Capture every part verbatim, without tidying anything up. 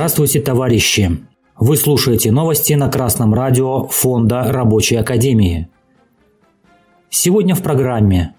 Здравствуйте, товарищи! Вы слушаете новости на Красном радио Фонда Рабочей Академии. Сегодня в программе.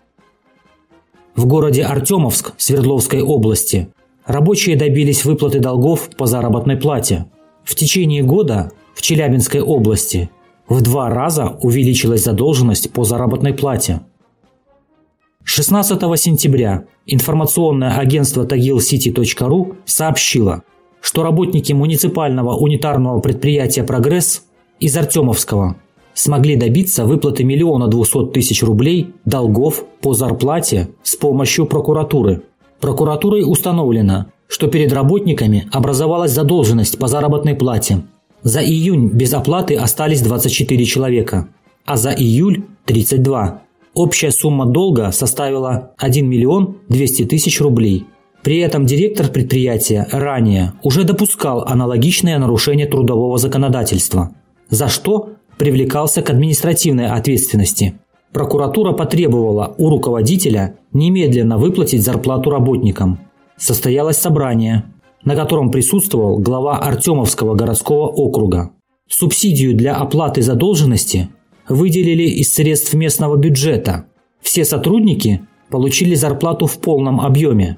В городе Артемовск Свердловской области рабочие добились выплаты долгов по заработной плате. В течение года в Челябинской области в два раза увеличилась задолженность по заработной плате. шестнадцатого сентября информационное агентство тагил сити точка ру сообщило, что работники муниципального унитарного предприятия «Прогресс» из Артемовского смогли добиться выплаты миллиона двухсот тысяч рублей долгов по зарплате с помощью прокуратуры. Прокуратурой установлено, что перед работниками образовалась задолженность по заработной плате. За июнь без оплаты остались двадцать четыре человека, а за июль – тридцать два. Общая сумма долга составила один миллион двести тысяч рублей. При этом директор предприятия ранее уже допускал аналогичные нарушения трудового законодательства, за что привлекался к административной ответственности. Прокуратура потребовала у руководителя немедленно выплатить зарплату работникам. Состоялось собрание, на котором присутствовал глава Артемовского городского округа. Субсидию для оплаты задолженности выделили из средств местного бюджета. Все сотрудники получили зарплату в полном объеме.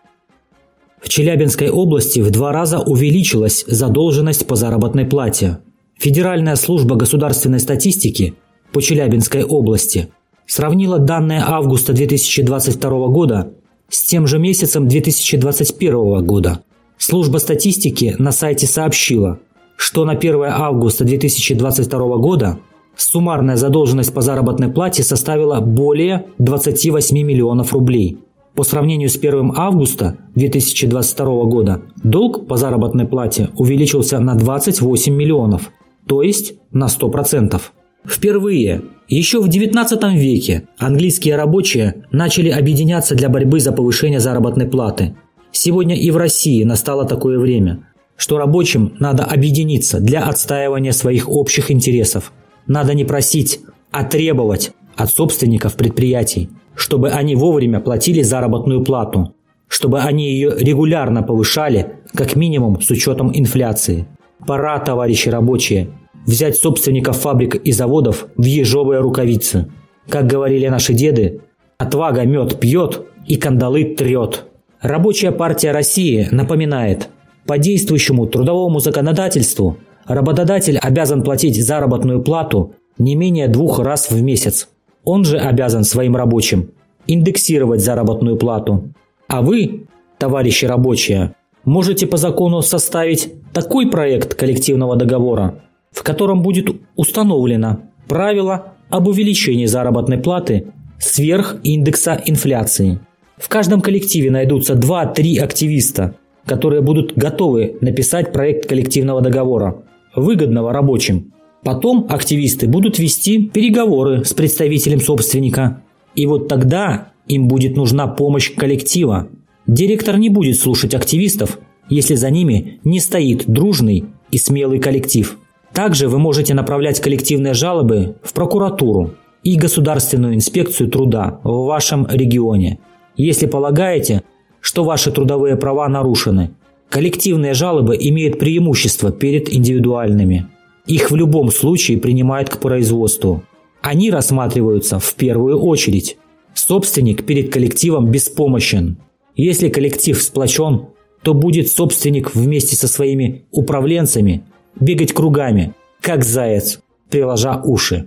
В Челябинской области в два раза увеличилась задолженность по заработной плате. Федеральная служба государственной статистики по Челябинской области сравнила данные августа две тысячи двадцать второго года с тем же месяцем две тысячи двадцать первого года. Служба статистики на сайте сообщила, что на первое августа две тысячи двадцать второго года суммарная задолженность по заработной плате составила более двадцати восьми миллионов рублей. По сравнению с первым августа две тысячи двадцать второго года долг по заработной плате увеличился на двадцать восемь миллионов, то есть на сто процентов. Впервые, еще в девятнадцатом веке, английские рабочие начали объединяться для борьбы за повышение заработной платы. Сегодня и в России настало такое время, что рабочим надо объединиться для отстаивания своих общих интересов. Надо не просить, а требовать от собственников предприятий, чтобы они вовремя платили заработную плату, чтобы они ее регулярно повышали, как минимум с учетом инфляции. Пора, товарищи рабочие, взять собственников фабрик и заводов в ежовые рукавицы. Как говорили наши деды, отвага мед пьет и кандалы трет. Рабочая партия России напоминает, по действующему трудовому законодательству работодатель обязан платить заработную плату не менее двух раз в месяц. Он же обязан своим рабочим индексировать заработную плату. А вы, товарищи рабочие, можете по закону составить такой проект коллективного договора, в котором будет установлено правило об увеличении заработной платы сверх индекса инфляции. В каждом коллективе найдутся два-три активиста, которые будут готовы написать проект коллективного договора, выгодного рабочим. Потом активисты будут вести переговоры с представителем собственника. И вот тогда им будет нужна помощь коллектива. Директор не будет слушать активистов, если за ними не стоит дружный и смелый коллектив. Также вы можете направлять коллективные жалобы в прокуратуру и Государственную инспекцию труда в вашем регионе. Если полагаете, что ваши трудовые права нарушены, коллективные жалобы имеют преимущество перед индивидуальными. Их в любом случае принимают к производству. Они рассматриваются в первую очередь. Собственник перед коллективом беспомощен. Если коллектив сплочен, то будет собственник вместе со своими управленцами бегать кругами, как заяц, приложа уши.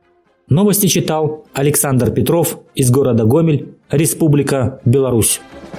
Новости читал Александр Петров из города Гомель, Республика Беларусь.